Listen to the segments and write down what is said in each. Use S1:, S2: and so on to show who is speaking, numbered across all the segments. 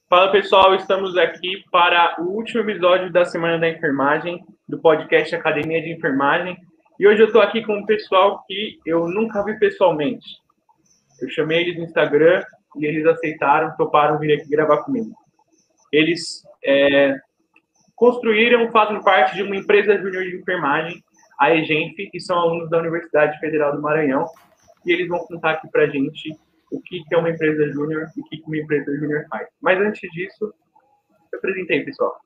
S1: Fala pessoal, estamos aqui para o último episódio da Semana da Enfermagem, do podcast Academia de Enfermagem. E hoje eu estou aqui com um pessoal que eu nunca vi pessoalmente. Eu chamei eles no Instagram e eles aceitaram, toparam vir aqui gravar comigo. Eles construíram, fazem parte de uma empresa júnior de enfermagem, a EGENF, e são alunos da Universidade Federal do Maranhão. E eles vão contar aqui para a gente o que é uma empresa júnior e o que uma empresa júnior faz. Mas antes disso, eu apresentei, pessoal.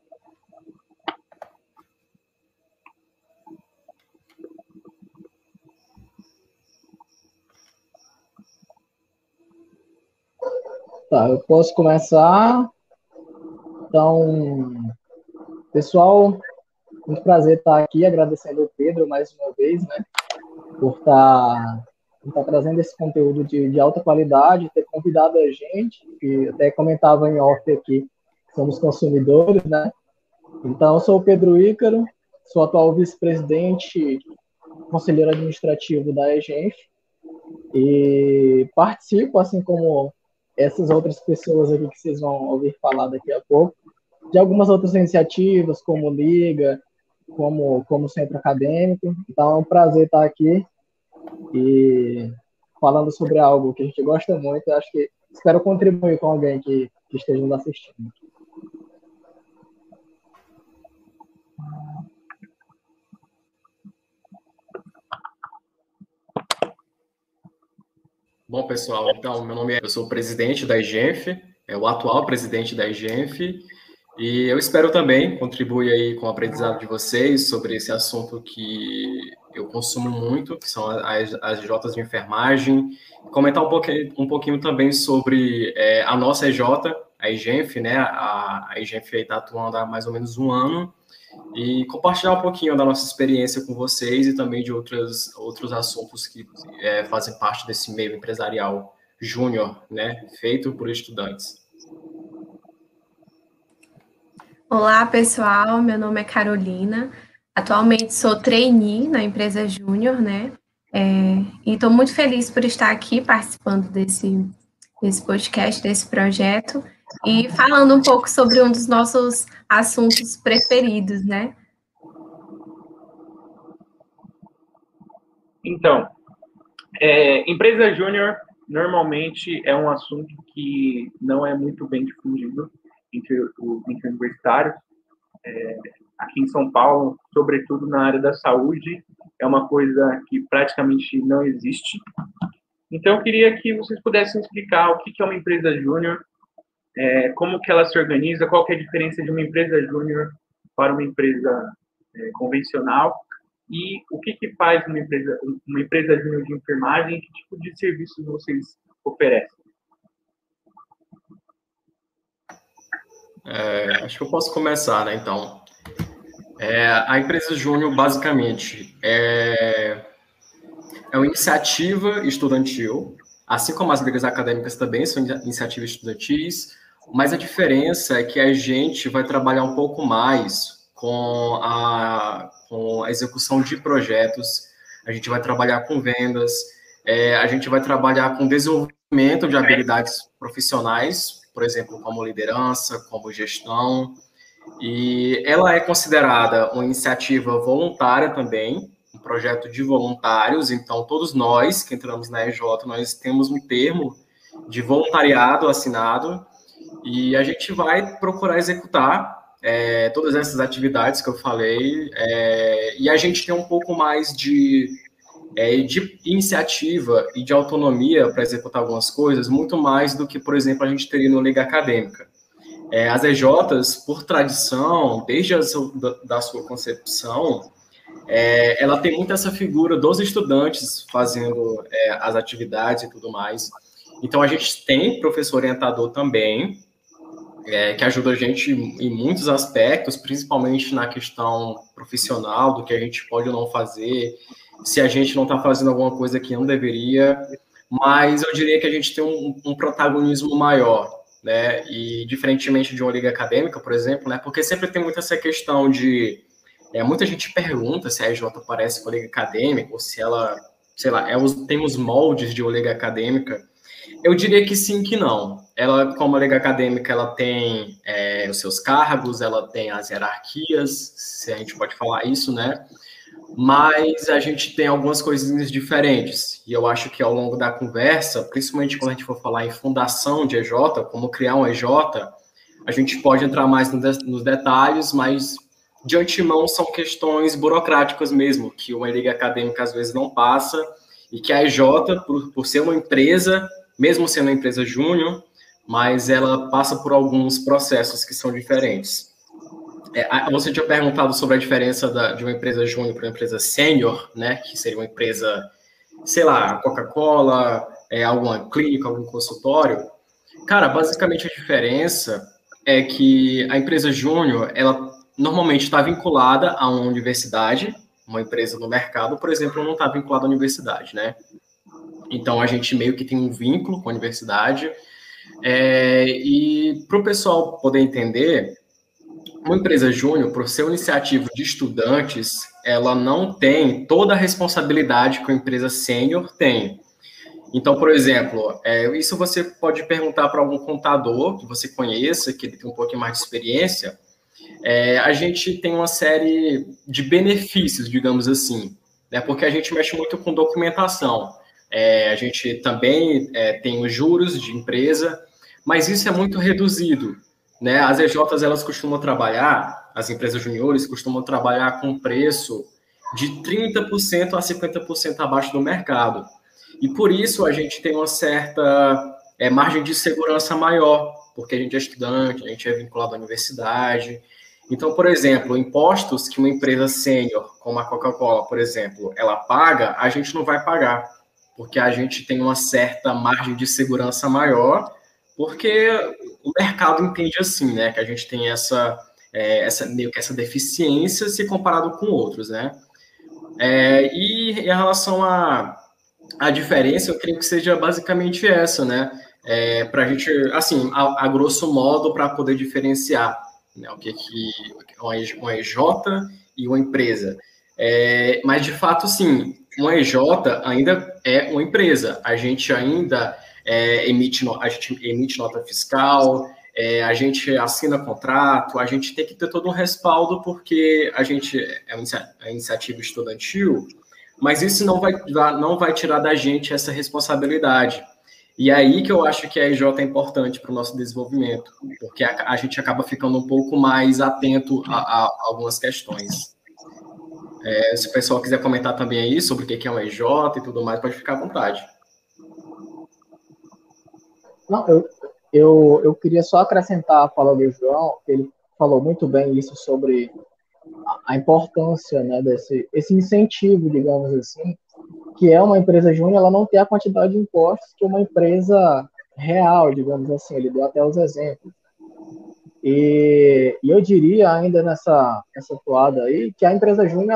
S2: Tá, eu posso começar. Então, pessoal, muito prazer estar aqui, agradecendo ao Pedro mais uma vez, né, por estar trazendo esse conteúdo de alta qualidade, ter convidado a gente, que até comentava em off aqui, somos consumidores, né? Então, eu sou o Pedro Ícaro, sou atual vice-presidente, conselheiro administrativo da EGENF, e participo, assim como essas outras pessoas aqui que vocês vão ouvir falar daqui a pouco, de algumas outras iniciativas, como Liga, como Centro Acadêmico. Então, é um prazer estar aqui e falando sobre algo que a gente gosta muito. Eu acho que espero contribuir com alguém que esteja nos assistindo.
S3: Bom, pessoal, então, eu sou o presidente da EGENF, o atual presidente da EGENF, e eu espero também contribuir aí com o aprendizado de vocês sobre esse assunto que eu consumo muito, que são as Jotas de enfermagem, comentar um pouquinho também sobre a nossa EJ, a EGENF, né? A EGENF está atuando há mais ou menos um ano, e compartilhar um pouquinho da nossa experiência com vocês e também de outros assuntos que fazem parte desse meio empresarial júnior, né, feito por estudantes.
S4: Olá, pessoal, meu nome é Carolina, atualmente sou trainee na empresa júnior, né, e estou muito feliz por estar aqui participando desse podcast, desse projeto, e falando um pouco sobre um dos nossos assuntos preferidos, né?
S1: Então, empresa júnior normalmente é um assunto que não é muito bem difundido entre os universitários. Aqui em São Paulo, sobretudo na área da saúde, é uma coisa que praticamente não existe. Então, eu queria que vocês pudessem explicar o que é uma empresa júnior, como que ela se organiza, qual que é a diferença de uma empresa júnior para uma empresa convencional e o que faz uma empresa júnior de enfermagem, que tipo de serviços vocês oferecem.
S3: Acho que eu posso começar, né, então. A empresa júnior, basicamente, é uma iniciativa estudantil, assim como as ligas acadêmicas também são iniciativas estudantis, mas a diferença é que a gente vai trabalhar um pouco mais com a execução de projetos, a gente vai trabalhar com vendas, a gente vai trabalhar com desenvolvimento de habilidades profissionais, por exemplo, como liderança, como gestão, e ela é considerada uma iniciativa voluntária também, um projeto de voluntários, então todos nós que entramos na EJ, nós temos um termo de voluntariado assinado e a gente vai procurar executar todas essas atividades que eu falei e a gente tem um pouco mais de iniciativa e de autonomia para executar algumas coisas, muito mais do que, por exemplo, a gente teria no Liga Acadêmica. As EJs, por tradição, desde da sua concepção, ela tem muito essa figura dos estudantes fazendo as atividades e tudo mais. Então, a gente tem professor orientador também, que ajuda a gente em muitos aspectos, principalmente na questão profissional, do que a gente pode ou não fazer, se a gente não está fazendo alguma coisa que não deveria, mas eu diria que a gente tem um protagonismo maior, né? E diferentemente de uma liga acadêmica, por exemplo, né? Porque sempre tem muito essa questão de muita gente pergunta se a EJ parece com a liga acadêmica ou se ela, sei lá, tem os moldes de uma liga acadêmica. Eu diria que sim, que não. Ela, como a liga acadêmica, ela tem os seus cargos, ela tem as hierarquias, se a gente pode falar isso, né? Mas a gente tem algumas coisinhas diferentes. E eu acho que ao longo da conversa, principalmente quando a gente for falar em fundação de EJ, como criar um EJ, a gente pode entrar mais nos detalhes, mas de antemão são questões burocráticas mesmo, que uma liga acadêmica às vezes não passa, e que a EJ, por ser uma empresa, mesmo sendo uma empresa júnior, mas ela passa por alguns processos que são diferentes. Você tinha perguntado sobre a diferença de uma empresa júnior para uma empresa sênior, né? Que seria uma empresa, sei lá, Coca-Cola, alguma clínica, algum consultório. Cara, basicamente a diferença é que a empresa júnior, ela normalmente está vinculada a uma universidade, uma empresa no mercado, por exemplo, não está vinculada à universidade, né? Então, a gente meio que tem um vínculo com a universidade. E para o pessoal poder entender, uma empresa júnior, por ser uma iniciativa de estudantes, ela não tem toda a responsabilidade que uma empresa sênior tem. Então, por exemplo, isso você pode perguntar para algum contador que você conheça, que ele tem um pouquinho mais de experiência. A gente tem uma série de benefícios, digamos assim, né? Porque a gente mexe muito com documentação. A gente também tem os juros de empresa, mas isso é muito reduzido, né? As EJs, elas costumam trabalhar, as empresas juniores costumam trabalhar com preço de 30% a 50% abaixo do mercado. E por isso a gente tem uma certa margem de segurança maior, porque a gente é estudante, a gente é vinculado à universidade. Então, por exemplo, impostos que uma empresa sênior, como a Coca-Cola, por exemplo, ela paga, a gente não vai pagar, porque a gente tem uma certa margem de segurança maior, porque o mercado entende assim, né, que a gente tem meio que essa deficiência se comparado com outros, né. E em relação à diferença, eu creio que seja basicamente essa, né, para a gente, assim, a grosso modo, para poder diferenciar, né, o que uma EJ e uma empresa. Mas, de fato, sim, uma EJ ainda é uma empresa. A gente ainda emite nota fiscal, a gente assina contrato, a gente tem que ter todo um respaldo, porque a gente é uma iniciativa estudantil, mas isso não vai tirar da gente essa responsabilidade. E aí que eu acho que a EJ é importante para o nosso desenvolvimento, porque a gente acaba ficando um pouco mais atento a algumas questões. Se o pessoal quiser comentar também aí sobre o que é uma EJ e tudo mais, pode ficar à vontade.
S2: Não, eu queria só acrescentar a fala do João, ele falou muito bem isso sobre a importância, né, esse incentivo, digamos assim, que é uma empresa júnior, ela não tem a quantidade de impostos que uma empresa real, digamos assim, ele deu até os exemplos. E eu diria ainda nessa toada aí, que a empresa júnior,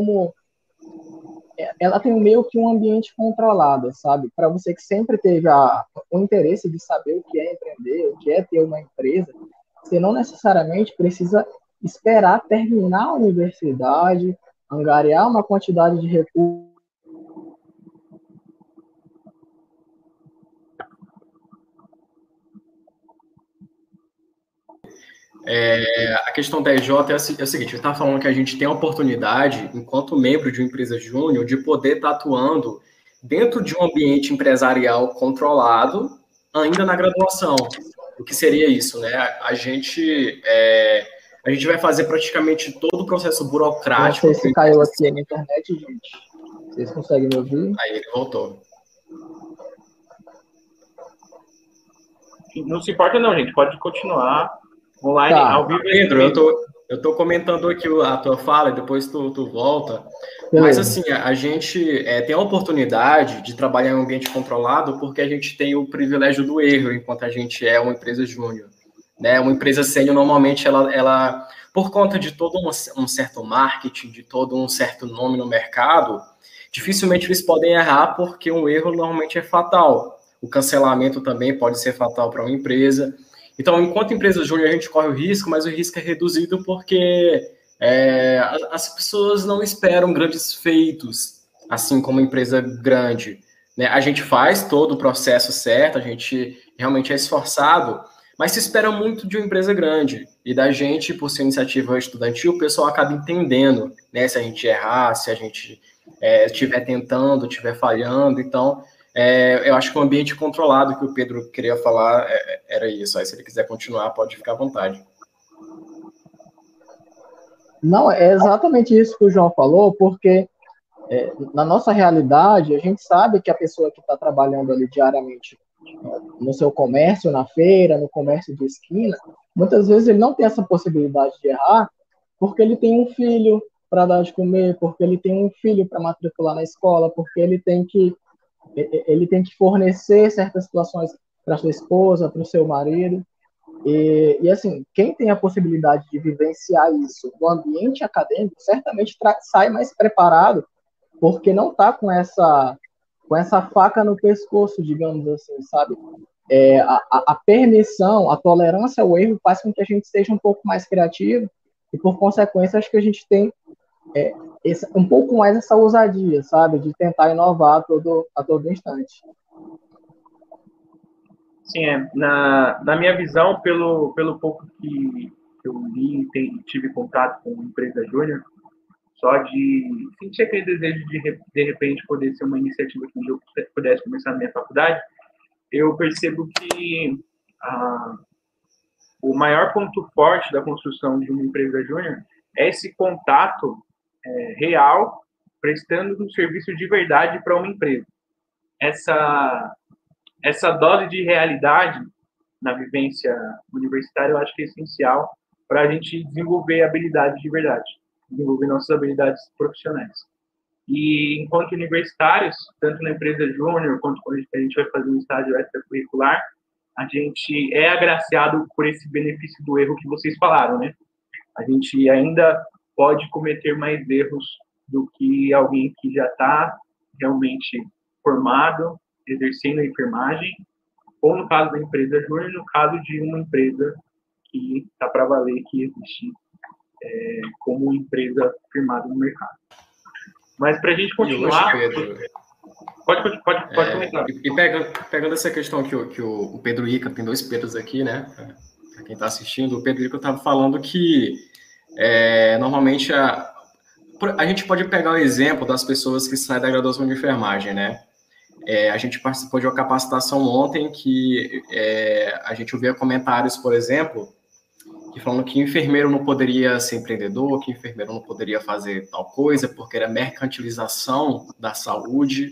S2: ela tem meio que um ambiente controlado, sabe? Para você que sempre teve o interesse de saber o que é empreender, o que é ter uma empresa, você não necessariamente precisa esperar terminar a universidade, angariar uma quantidade de recursos.
S3: A questão da EJ é o seguinte, você está falando que a gente tem a oportunidade, enquanto membro de uma empresa júnior, de poder estar atuando dentro de um ambiente empresarial controlado, ainda na graduação. O que seria isso, né? A gente vai fazer praticamente todo o processo burocrático.
S2: Não sei se caiu aqui na internet, gente. Vocês conseguem me ouvir?
S3: Aí ele voltou.
S1: Não se importa não, gente. Pode continuar. Online, ao vivo.
S3: Pedro, eu tô comentando aqui a tua fala e depois tu volta. Mas, assim, a gente tem a oportunidade de trabalhar em um ambiente controlado porque a gente tem o privilégio do erro enquanto a gente é uma empresa júnior, né? Uma empresa sênior, normalmente, ela por conta de todo um certo marketing, de todo um certo nome no mercado, dificilmente eles podem errar porque um erro normalmente é fatal. O cancelamento também pode ser fatal para uma empresa. Então, enquanto empresa júnior, a gente corre o risco, mas o risco é reduzido porque as pessoas não esperam grandes feitos, assim como uma empresa grande, né? A gente faz todo o processo certo, a gente realmente é esforçado, mas se espera muito de uma empresa grande. E da gente, por ser iniciativa estudantil, o pessoal acaba entendendo, né? Se a gente errar, se a gente estiver tentando, estiver falhando. Então, eu acho que o ambiente controlado que o Pedro queria falar era isso. Aí, se ele quiser continuar, pode ficar à vontade.
S2: Não, é exatamente isso que o João falou, porque na nossa realidade, a gente sabe que a pessoa que está trabalhando ali diariamente no seu comércio, na feira, no comércio de esquina, muitas vezes ele não tem essa possibilidade de errar, porque ele tem um filho para dar de comer, porque ele tem um filho para matricular na escola, porque ele tem que fornecer certas situações para sua esposa, para o seu marido. E assim, quem tem a possibilidade de vivenciar isso no ambiente acadêmico, certamente sai mais preparado, porque não está com essa faca no pescoço, digamos assim, sabe? A permissão, a tolerância ao erro faz com que a gente seja um pouco mais criativo e, por consequência, acho que a gente tem um pouco mais essa ousadia, sabe? De tentar inovar a todo instante.
S1: Sim, na minha visão, pelo pouco que eu li e tive contato com empresa júnior, só de sentir aquele desejo de repente, poder ser uma iniciativa que eu pudesse começar na minha faculdade, eu percebo que o maior ponto forte da construção de uma empresa júnior é esse contato real, prestando um serviço de verdade para uma empresa. Essa dose de realidade na vivência universitária eu acho que é essencial para a gente desenvolver habilidades de verdade, desenvolver nossas habilidades profissionais. E enquanto universitários, tanto na empresa júnior quanto quando a gente vai fazer um estágio extracurricular, a gente é agraciado por esse benefício do erro que vocês falaram, né? A gente ainda pode cometer mais erros do que alguém que já está realmente formado, exercendo a enfermagem, ou no caso da empresa júnior, no caso de uma empresa que está para valer, que existe como empresa firmada no mercado. Mas para a gente continuar... Pode comentar.
S3: E pegando essa questão que o Pedro Ica, tem dois Pedros aqui, né? Para quem está assistindo, o Pedro Ica estava falando que normalmente a gente pode pegar o exemplo das pessoas que saem da graduação de enfermagem, né? A gente participou de uma capacitação ontem que a gente ouvia comentários, por exemplo, que falando que enfermeiro não poderia ser empreendedor, que enfermeiro não poderia fazer tal coisa, porque era mercantilização da saúde.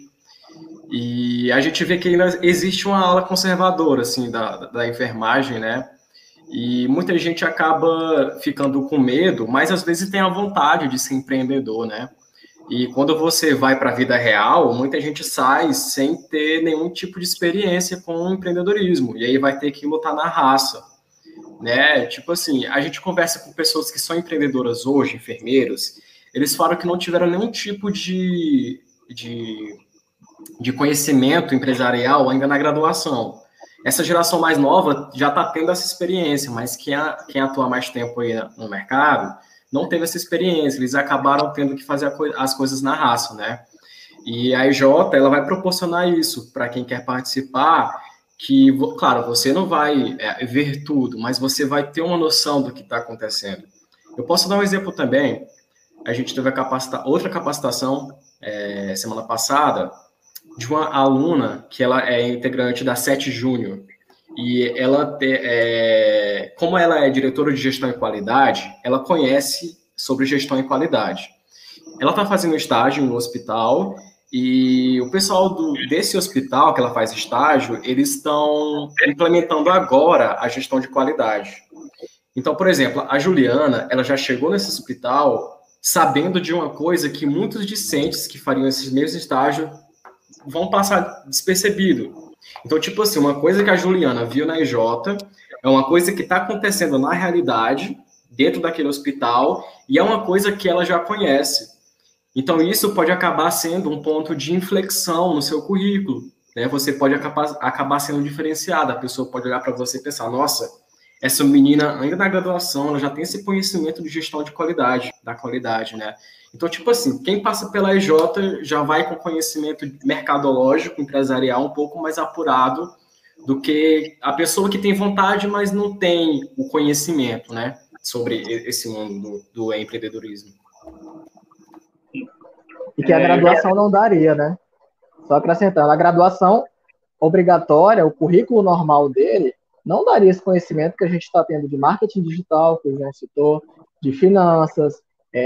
S3: E a gente vê que ainda existe uma ala conservadora, assim, da enfermagem, né? E muita gente acaba ficando com medo, mas às vezes tem a vontade de ser empreendedor, né? E quando você vai para a vida real, muita gente sai sem ter nenhum tipo de experiência com o empreendedorismo. E aí vai ter que lutar na raça, né? Tipo assim, a gente conversa com pessoas que são empreendedoras hoje, enfermeiros, eles falam que não tiveram nenhum tipo de conhecimento empresarial ainda na graduação. Essa geração mais nova já está tendo essa experiência, mas quem atua mais tempo aí no mercado não teve essa experiência, eles acabaram tendo que fazer as coisas na raça, né? E a EJ, ela vai proporcionar isso para quem quer participar, que, claro, você não vai ver tudo, mas você vai ter uma noção do que está acontecendo. Eu posso dar um exemplo também. A gente teve outra capacitação semana passada de uma aluna que ela é integrante da 7 Júnior. E ela, como ela é diretora de gestão e qualidade, ela conhece sobre gestão e qualidade. Ela está fazendo estágio no hospital e o pessoal desse hospital que ela faz estágio, eles estão implementando agora a gestão de qualidade. Então, por exemplo, a Juliana, ela já chegou nesse hospital sabendo de uma coisa que muitos discentes que fariam esses mesmos estágios vão passar despercebido. Então, tipo assim, uma coisa que a Juliana viu na EJ é uma coisa que está acontecendo na realidade, dentro daquele hospital, e é uma coisa que ela já conhece. Então, isso pode acabar sendo um ponto de inflexão no seu currículo, né? Você pode acabar sendo diferenciado, a pessoa pode olhar para você e pensar, nossa, essa menina, ainda na graduação, ela já tem esse conhecimento de gestão de qualidade, da qualidade, né? Então, tipo assim, quem passa pela EJ já vai com conhecimento mercadológico, empresarial, um pouco mais apurado do que a pessoa que tem vontade, mas não tem o conhecimento, né? Sobre esse mundo do empreendedorismo.
S2: E que a graduação não daria, né? Só acrescentando, a graduação obrigatória, o currículo normal dele, não daria esse conhecimento que a gente está tendo de marketing digital, que o João citou, de finanças,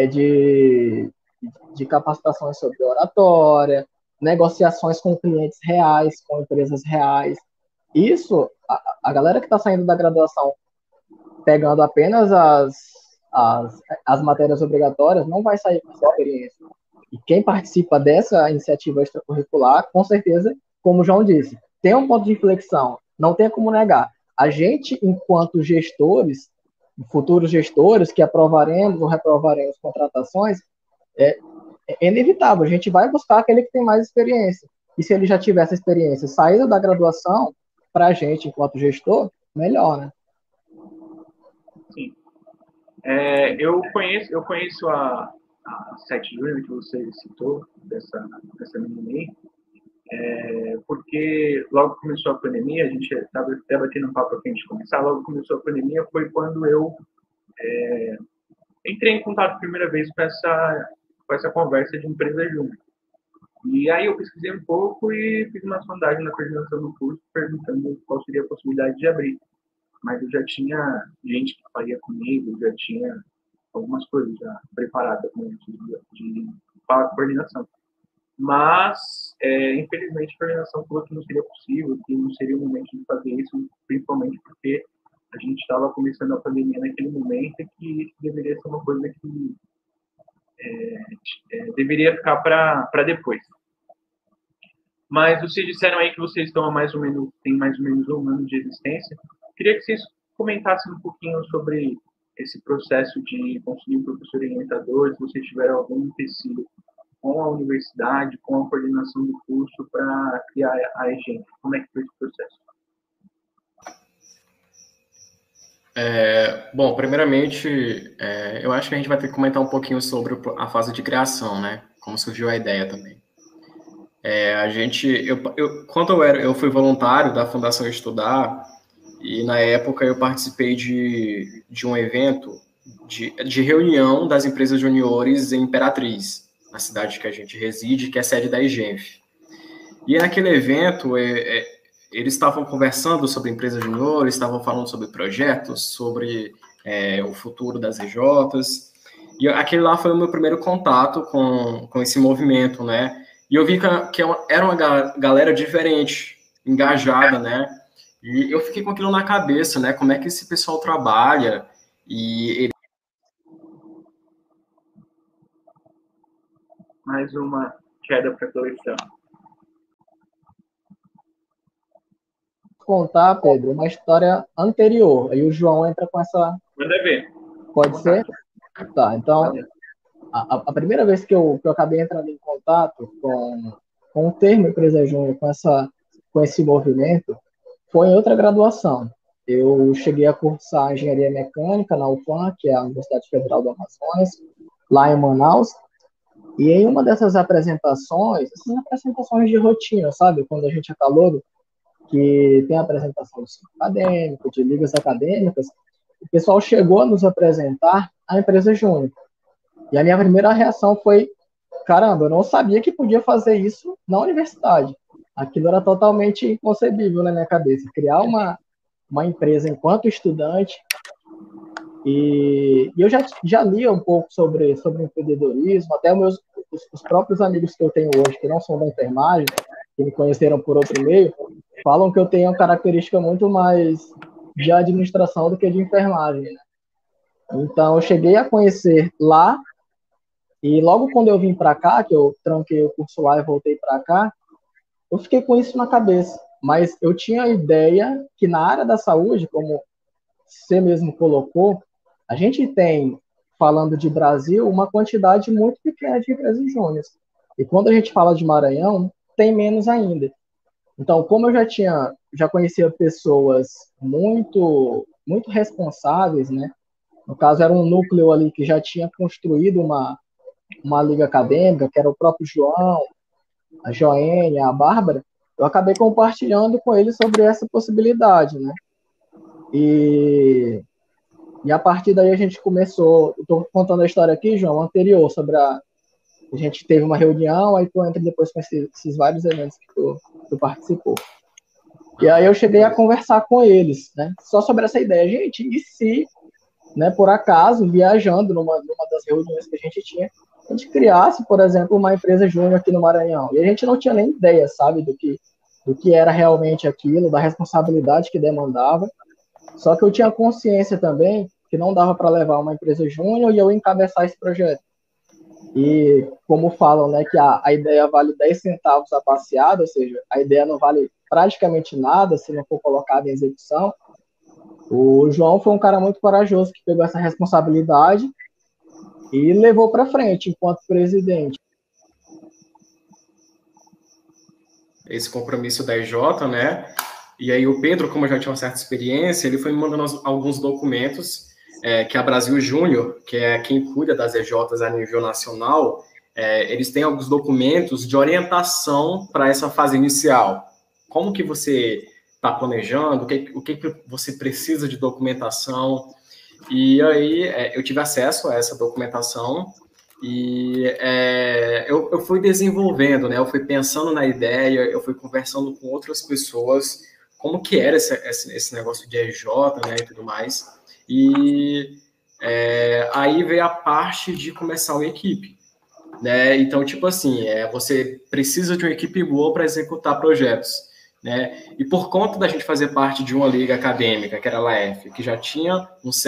S2: de capacitações sobre oratória, negociações com clientes reais, com empresas reais. Isso, a galera que está saindo da graduação pegando apenas as matérias obrigatórias não vai sair com essa experiência. E quem participa dessa iniciativa extracurricular, com certeza, como o João disse, tem um ponto de inflexão, não tem como negar. A gente, enquanto gestores, futuros gestores, que aprovaremos ou reprovaremos contratações, é inevitável, a gente vai buscar aquele que tem mais experiência. E se ele já tiver essa experiência saída da graduação, para a gente, enquanto gestor, melhor, né?
S1: Sim. Eu conheço a 7 de junho que você citou, dessa menina aí, porque logo começou a pandemia, a gente estava até batendo um papo aqui antes de começar, logo começou a pandemia, foi quando eu entrei em contato a primeira vez com essa conversa de empresa júnior. E aí eu pesquisei um pouco e fiz uma sondagem na coordenação do curso, perguntando qual seria a possibilidade de abrir. Mas eu já tinha gente que faria comigo, já tinha algumas coisas já preparadas de coordenação. Mas, infelizmente, a coordenação falou que não seria possível, que não seria o momento de fazer isso, principalmente porque a gente estava começando a pandemia naquele momento e que isso deveria ser uma coisa que deveria ficar para depois. Mas vocês disseram aí que vocês estão tem mais ou menos 1 ano de existência. Queria que vocês comentassem um pouquinho sobre esse processo de conseguir um professor orientador, se vocês tiveram algum empecilho com a universidade, com a coordenação do curso para criar a EGEM. Como é que foi esse processo?
S3: Bom, primeiramente, eu acho que a gente vai ter que comentar um pouquinho sobre a fase de criação, né? Como surgiu a ideia também. Quando eu fui voluntário da Fundação Estudar, e na época eu participei de um evento de reunião das empresas juniores em Imperatriz, na cidade que a gente reside, que é sede da IGENF. E naquele evento, eles estavam conversando sobre empresas juniores, estavam falando sobre projetos, sobre o futuro das EJs, e aquele lá foi o meu primeiro contato com esse movimento, né? E eu vi que era uma galera diferente, engajada, né? E eu fiquei com aquilo na cabeça, né? Como é que esse pessoal trabalha e
S1: Mais uma queda para a coleção.
S2: Contar, Pedro, uma história anterior. Aí o João entra com essa...
S1: Manda ver.
S2: Pode ser? Tá, então... A primeira vez que eu acabei entrando em contato com o termo Empresa Júnior, com esse movimento, foi em outra graduação. Eu cheguei a cursar Engenharia Mecânica na UFAM, que é a Universidade Federal do Amazonas, lá em Manaus, e em uma dessas apresentações, essas apresentações de rotina, sabe? Quando a gente é calouro, que tem a apresentação do centro acadêmico, de ligas acadêmicas, o pessoal chegou a nos apresentar a Empresa Júnior. E a minha primeira reação foi, caramba, eu não sabia que podia fazer isso na universidade. Aquilo era totalmente inconcebível na minha cabeça. Criar uma empresa enquanto estudante. E eu já lia um pouco sobre empreendedorismo, até os próprios amigos que eu tenho hoje, que não são da enfermagem, que me conheceram por outro meio, falam que eu tenho uma característica muito mais de administração do que de enfermagem, né? Então, eu cheguei a conhecer lá. E logo quando eu vim para cá, que eu tranquei o curso lá e voltei para cá, eu fiquei com isso na cabeça. Mas eu tinha a ideia que na área da saúde, como você mesmo colocou, a gente tem, falando de Brasil, uma quantidade muito pequena de empresas júniores. E quando a gente fala de Maranhão, tem menos ainda. Então, como eu já conhecia pessoas muito muito responsáveis, né? No caso, era um núcleo ali que já tinha construído uma liga acadêmica, que era o próprio João, a Joênia, a Bárbara. Eu acabei compartilhando com eles sobre essa possibilidade, né? E a partir daí a gente começou, estou contando a história aqui, João, anterior, sobre a gente teve uma reunião, aí tu entra depois com esses vários eventos que tu participou. E aí eu cheguei a conversar com eles, né, só sobre essa ideia. Gente, e se, né, por acaso, viajando numa das reuniões que a gente tinha, a gente criasse, por exemplo, uma empresa júnior aqui no Maranhão? E a gente não tinha nem ideia, sabe, do que era realmente aquilo, da responsabilidade que demandava. Só que eu tinha consciência também que não dava para levar uma empresa júnior e eu encabeçar esse projeto. E como falam, né, que a ideia vale 10 centavos a passeada, ou seja, a ideia não vale praticamente nada se não for colocada em execução. O João foi um cara muito corajoso que pegou essa responsabilidade e levou para frente enquanto presidente.
S3: Esse compromisso da EJ, né? E aí o Pedro, como já tinha uma certa experiência, ele foi me mandando alguns documentos que a Brasil Júnior, que é quem cuida das EJs a nível nacional, eles têm alguns documentos de orientação para essa fase inicial. Como que você está planejando, o que você precisa de documentação. E aí eu tive acesso a essa documentação e eu fui desenvolvendo, né? Eu fui pensando na ideia, eu fui conversando com outras pessoas, como que era esse negócio de EJ, né, e tudo mais. E aí veio a parte de começar uma equipe, né? Então, tipo assim, você precisa de uma equipe boa para executar projetos, né? E por conta da gente fazer parte de uma liga acadêmica, que era a LAEF, que já tinha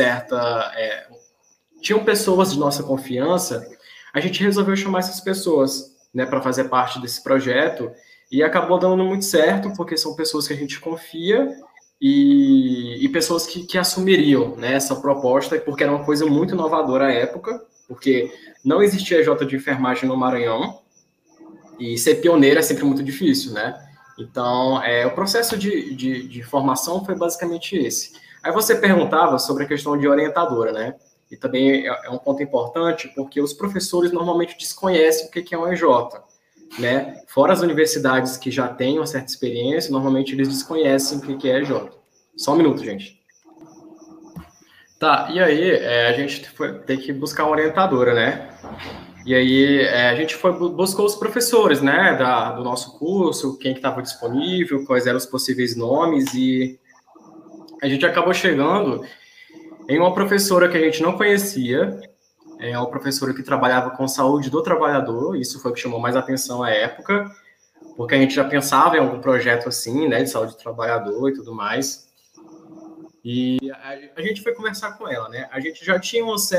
S3: tinham pessoas de nossa confiança, a gente resolveu chamar essas pessoas, né, para fazer parte desse projeto, e acabou dando muito certo, porque são pessoas que a gente confia e pessoas que assumiriam, né, essa proposta, porque era uma coisa muito inovadora à época, porque não existia EJ de enfermagem no Maranhão, e ser pioneiro é sempre muito difícil, né? Então, o processo de formação foi basicamente esse. Aí você perguntava sobre a questão de orientadora, né? E também é um ponto importante, porque os professores normalmente desconhecem o que é um EJ, né? Fora as universidades que já têm uma certa experiência, normalmente eles desconhecem o que é EJ. Só um minuto, gente. Tá, e aí a gente tem que buscar uma orientadora, né? E aí a gente buscou os professores, né, do nosso curso, quem que estava disponível, quais eram os possíveis nomes, e a gente acabou chegando em uma professora que a gente não conhecia, uma professora que trabalhava com saúde do trabalhador, isso foi o que chamou mais atenção à época, porque a gente já pensava em algum projeto assim, né, de saúde do trabalhador e tudo mais. E a gente foi conversar com ela, né? A gente já tinha se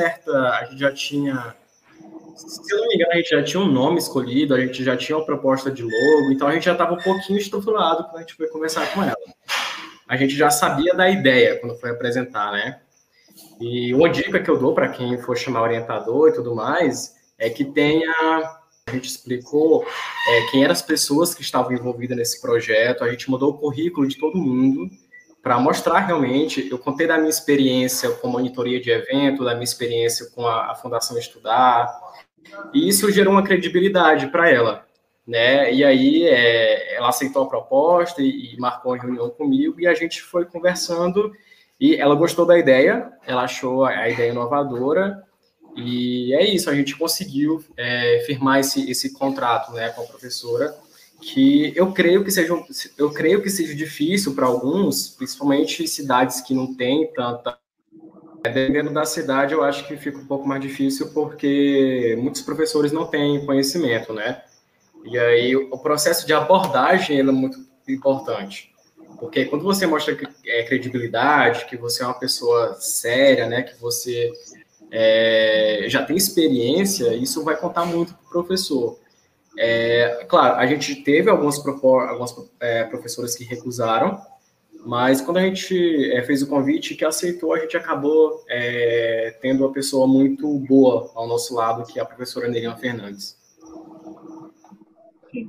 S3: eu não me engano, a gente já tinha um nome escolhido, a gente já tinha uma proposta de logo, então a gente já estava um pouquinho estruturado quando a gente foi conversar com ela. A gente já sabia da ideia quando foi apresentar, né? E uma dica que eu dou para quem for chamar orientador e tudo mais é que a gente explicou quem eram as pessoas que estavam envolvidas nesse projeto, a gente mandou o currículo de todo mundo para mostrar realmente, eu contei da minha experiência com monitoria de evento, da minha experiência com a Fundação Estudar, e isso gerou uma credibilidade para ela, né? E aí ela aceitou a proposta e marcou uma reunião comigo e a gente foi conversando e ela gostou da ideia, ela achou a ideia inovadora e é isso, a gente conseguiu firmar esse contrato, né, com a professora, que eu creio que seja difícil para alguns, principalmente em cidades que não têm tanta. Dependendo da cidade, eu acho que fica um pouco mais difícil, porque muitos professores não têm conhecimento, né? E aí, o processo de abordagem é muito importante. Porque quando você mostra credibilidade, que você é uma pessoa séria, né? Que você já tem experiência, isso vai contar muito para o professor. Claro, a gente teve algumas professoras que recusaram, mas quando a gente fez o convite que aceitou, a gente acabou tendo uma pessoa muito boa ao nosso lado, que é a professora Nerian Fernandes.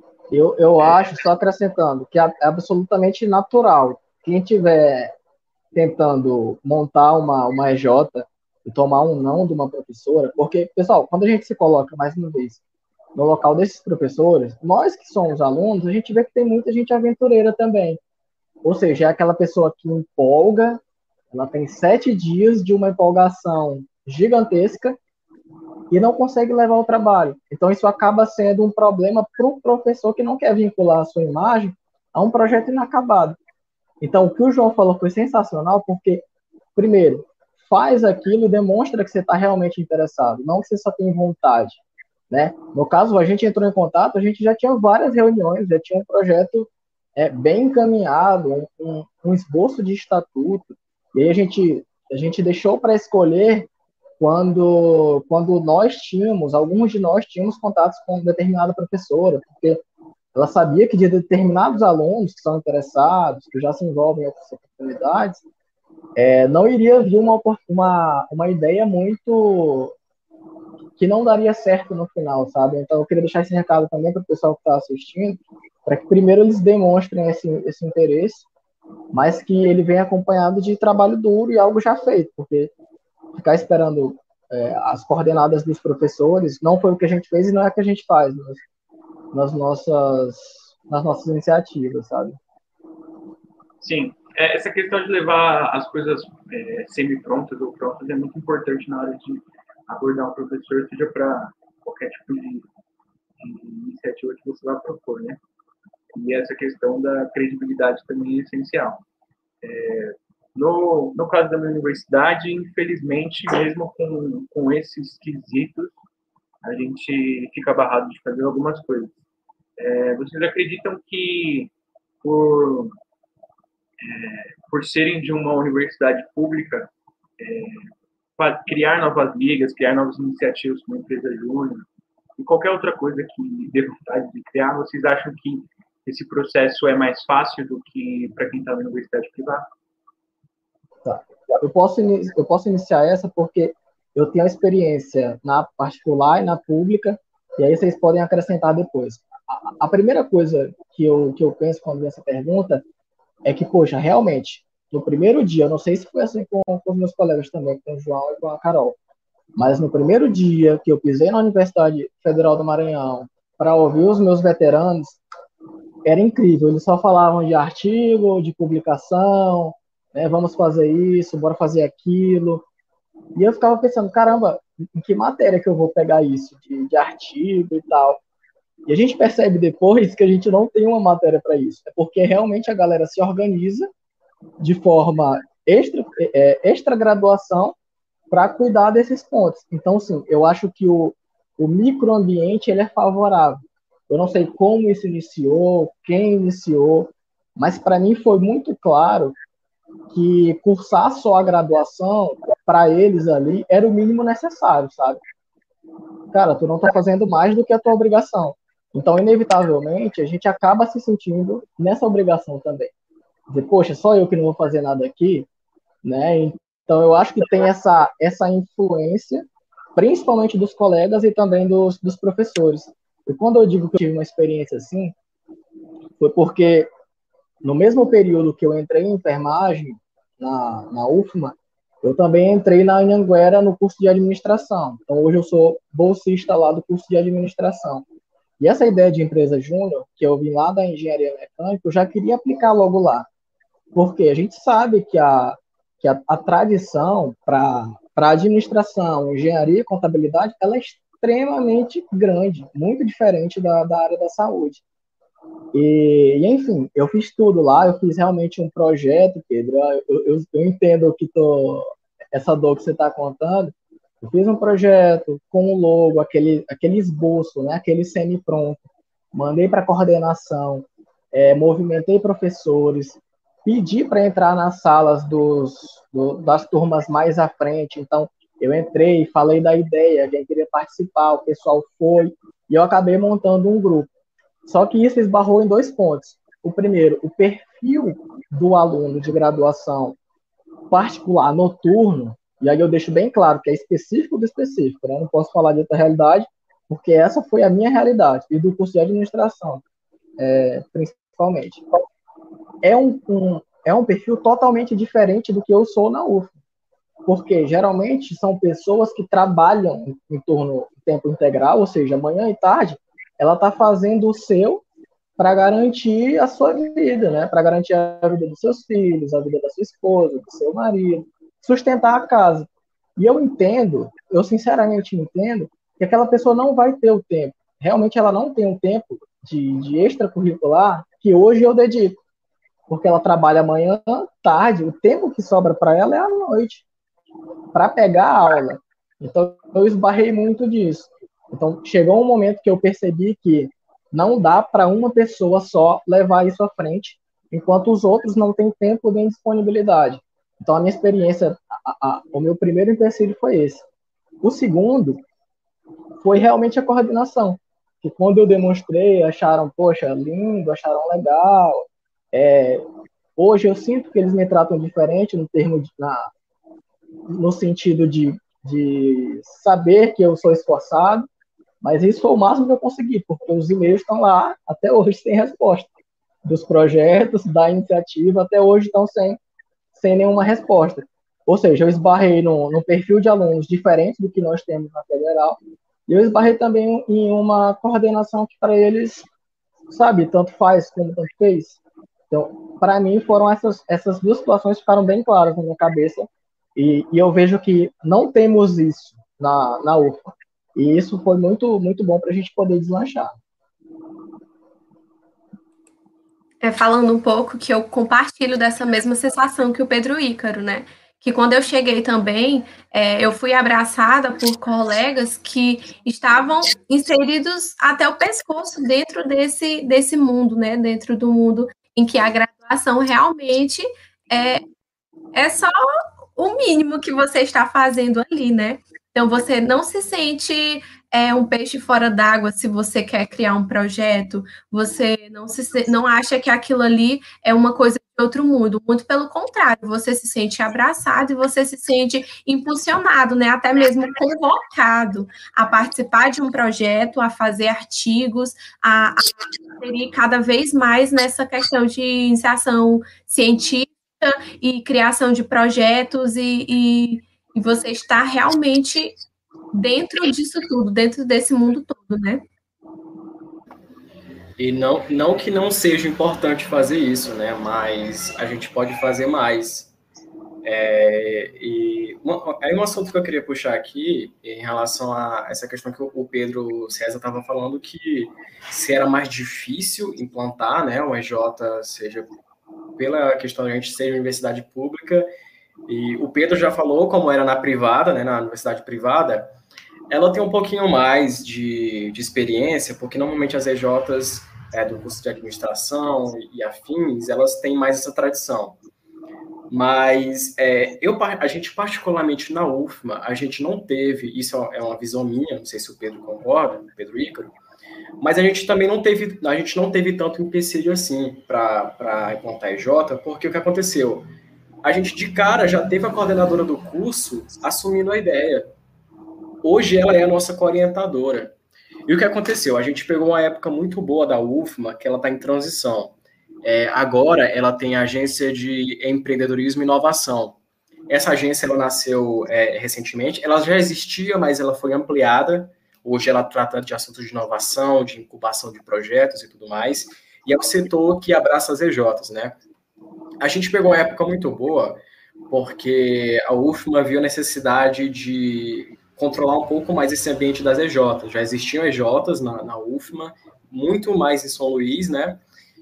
S2: Eu acho, só acrescentando, que é absolutamente natural. Quem tiver tentando montar uma EJ e tomar um não de uma professora, porque, pessoal, quando a gente se coloca, mais uma vez, no local desses professores, nós que somos alunos, a gente vê que tem muita gente aventureira também. Ou seja, é aquela pessoa que empolga, ela tem 7 dias de uma empolgação gigantesca e não consegue levar o trabalho. Então, isso acaba sendo um problema para o professor que não quer vincular a sua imagem a um projeto inacabado. Então, o que o João falou foi sensacional, porque, primeiro, faz aquilo e demonstra que você está realmente interessado, não que você só tem vontade, né? No caso, a gente entrou em contato, a gente já tinha várias reuniões, já tinha um projeto bem encaminhado, um esboço de estatuto, e aí a gente deixou para escolher quando alguns de nós tínhamos contatos com determinada professora, porque ela sabia que de determinados alunos que são interessados, que já se envolvem em outras oportunidades, não iria vir uma ideia muito que não daria certo no final, sabe? Então eu queria deixar esse recado também para o pessoal que está assistindo, para que primeiro eles demonstrem esse interesse, mas que ele venha acompanhado de trabalho duro e algo já feito, porque ficar esperando as coordenadas dos professores não foi o que a gente fez e não é o que a gente faz nas nossas iniciativas, sabe?
S1: Sim, essa questão de levar as coisas semi-prontas ou prontas é muito importante na hora de abordar um professor, seja para qualquer tipo de iniciativa que você vai propor, né? E essa questão da credibilidade também é essencial. No caso da minha universidade, infelizmente, mesmo com esses quesitos, a gente fica barrado de fazer algumas coisas. Vocês acreditam que por serem de uma universidade pública, criar novas ligas, criar novas iniciativas como a Empresa Júnior e qualquer outra coisa que dê vontade de criar, vocês acham que esse processo é mais fácil do que para quem está na universidade privada?
S2: Tá. Eu posso iniciar essa porque eu tenho a experiência na particular e na pública, e aí vocês podem acrescentar depois. A primeira coisa que eu penso quando vem essa pergunta é que, poxa, realmente, no primeiro dia, eu não sei se foi assim com os meus colegas também, com o João e com a Carol, mas no primeiro dia que eu pisei na Universidade Federal do Maranhão para ouvir os meus veteranos, era incrível. Eles só falavam de artigo, de publicação, né, vamos fazer isso, bora fazer aquilo. E eu ficava pensando, caramba, em que matéria que eu vou pegar isso, de artigo e tal. E a gente percebe depois que a gente não tem uma matéria para isso. É porque realmente a galera se organiza de forma extra-graduação para cuidar desses pontos. Então, sim, eu acho que o microambiente ele é favorável. Eu não sei como isso iniciou, quem iniciou, mas para mim foi muito claro que cursar só a graduação, para eles ali, era o mínimo necessário, sabe? Cara, tu não tá fazendo mais do que a tua obrigação. Então, inevitavelmente, a gente acaba se sentindo nessa obrigação também. Dizer, poxa, só eu que não vou fazer nada aqui, né? Então, eu acho que tem essa influência, principalmente dos colegas e também dos professores. E quando eu digo que eu tive uma experiência assim, foi porque no mesmo período que eu entrei em enfermagem na UFMA, eu também entrei na Anhanguera no curso de administração. Então, hoje eu sou bolsista lá do curso de administração. E essa ideia de empresa júnior, que eu vim lá da engenharia mecânica, eu já queria aplicar logo lá. Porque a gente sabe que a tradição para administração, engenharia e contabilidade, ela é extremamente grande, muito diferente da área da saúde. Enfim, eu fiz tudo lá, eu fiz realmente um projeto, Pedro, eu entendo essa dor que você está contando, eu fiz um projeto com o logo, aquele esboço, né, aquele semi-pronto, mandei para a coordenação, movimentei professores, pedi para entrar nas salas das turmas mais à frente, então eu entrei, falei da ideia, quem queria participar, o pessoal foi, e eu acabei montando um grupo. Só que isso esbarrou em 2 pontos. O primeiro, o perfil do aluno de graduação particular noturno, e aí eu deixo bem claro que é específico do específico, né? Não posso falar de outra realidade, porque essa foi a minha realidade, e do curso de administração, principalmente. é um perfil totalmente diferente do que eu sou na UFMA. Porque geralmente são pessoas que trabalham em turno de tempo integral, ou seja, manhã e tarde, ela está fazendo o seu para garantir a sua vida, né? Para garantir a vida dos seus filhos, a vida da sua esposa, do seu marido, sustentar a casa. E eu entendo, eu sinceramente entendo, que aquela pessoa não vai ter o tempo. Realmente ela não tem um tempo de extracurricular que hoje eu dedico. Porque ela trabalha manhã, tarde, o tempo que sobra para ela é à noite, para pegar a aula. Então, eu esbarrei muito disso. Então, chegou um momento que eu percebi que não dá para uma pessoa só levar isso à frente, enquanto os outros não têm tempo nem disponibilidade. Então, a minha experiência, o meu primeiro empecilho foi esse. O segundo foi realmente a coordenação, que quando eu demonstrei, acharam, poxa, lindo, acharam legal. Hoje eu sinto que eles me tratam diferente no sentido de saber que eu sou esforçado, mas isso foi o máximo que eu consegui, porque os e-mails estão lá até hoje sem resposta. Dos projetos, da iniciativa, até hoje estão sem nenhuma resposta. Ou seja, eu esbarrei no perfil de alunos diferente do que nós temos na Federal, e eu esbarrei também em uma coordenação que para eles, sabe, tanto faz como tanto fez. Então, para mim, foram essas duas situações que ficaram bem claras na minha cabeça, e eu vejo que não temos isso na UFA. E isso foi muito, muito bom para a gente poder deslanchar.
S4: Falando um pouco que eu compartilho dessa mesma sensação que o Pedro Ícaro, né? Que quando eu cheguei também, eu fui abraçada por colegas que estavam inseridos até o pescoço dentro desse mundo, né? Dentro do mundo em que a graduação realmente é só o mínimo que você está fazendo ali, né? Então, você não se sente um peixe fora d'água se você quer criar um projeto, você não acha que aquilo ali é uma coisa de outro mundo, muito pelo contrário, você se sente abraçado e você se sente impulsionado, né? Até mesmo convocado a participar de um projeto, a fazer artigos, a inserir cada vez mais nessa questão de iniciação científica e criação de projetos e você está realmente dentro disso tudo, dentro desse mundo todo, né?
S3: E não que não seja importante fazer isso, né? Mas a gente pode fazer mais. Aí um assunto que eu queria puxar aqui, em relação a essa questão que o Pedro César estava falando, que se era mais difícil implantar, né, o EJ, seja pela questão de a gente ser universidade pública, e o Pedro já falou como era na privada, né, na universidade privada, ela tem um pouquinho mais de experiência, porque normalmente as EJs do curso de administração e afins, elas têm mais essa tradição. Mas a gente particularmente na UFMA, a gente não teve, isso é uma visão minha, não sei se o Pedro concorda, o Pedro Ícaro, mas a gente também não teve tanto empecilho assim para implantar EJ, porque o que aconteceu? A gente de cara já teve a coordenadora do curso assumindo a ideia. Hoje ela é a nossa coorientadora. E o que aconteceu? A gente pegou uma época muito boa da UFMA, que ela está em transição. Agora ela tem a agência de empreendedorismo e inovação. Essa agência ela nasceu recentemente, ela já existia, mas ela foi ampliada. Hoje ela trata de assuntos de inovação, de incubação de projetos e tudo mais, e é o setor que abraça as EJs, né? A gente pegou uma época muito boa, porque a UFMA viu a necessidade de controlar um pouco mais esse ambiente das EJs. Já existiam EJs na UFMA, muito mais em São Luís, né?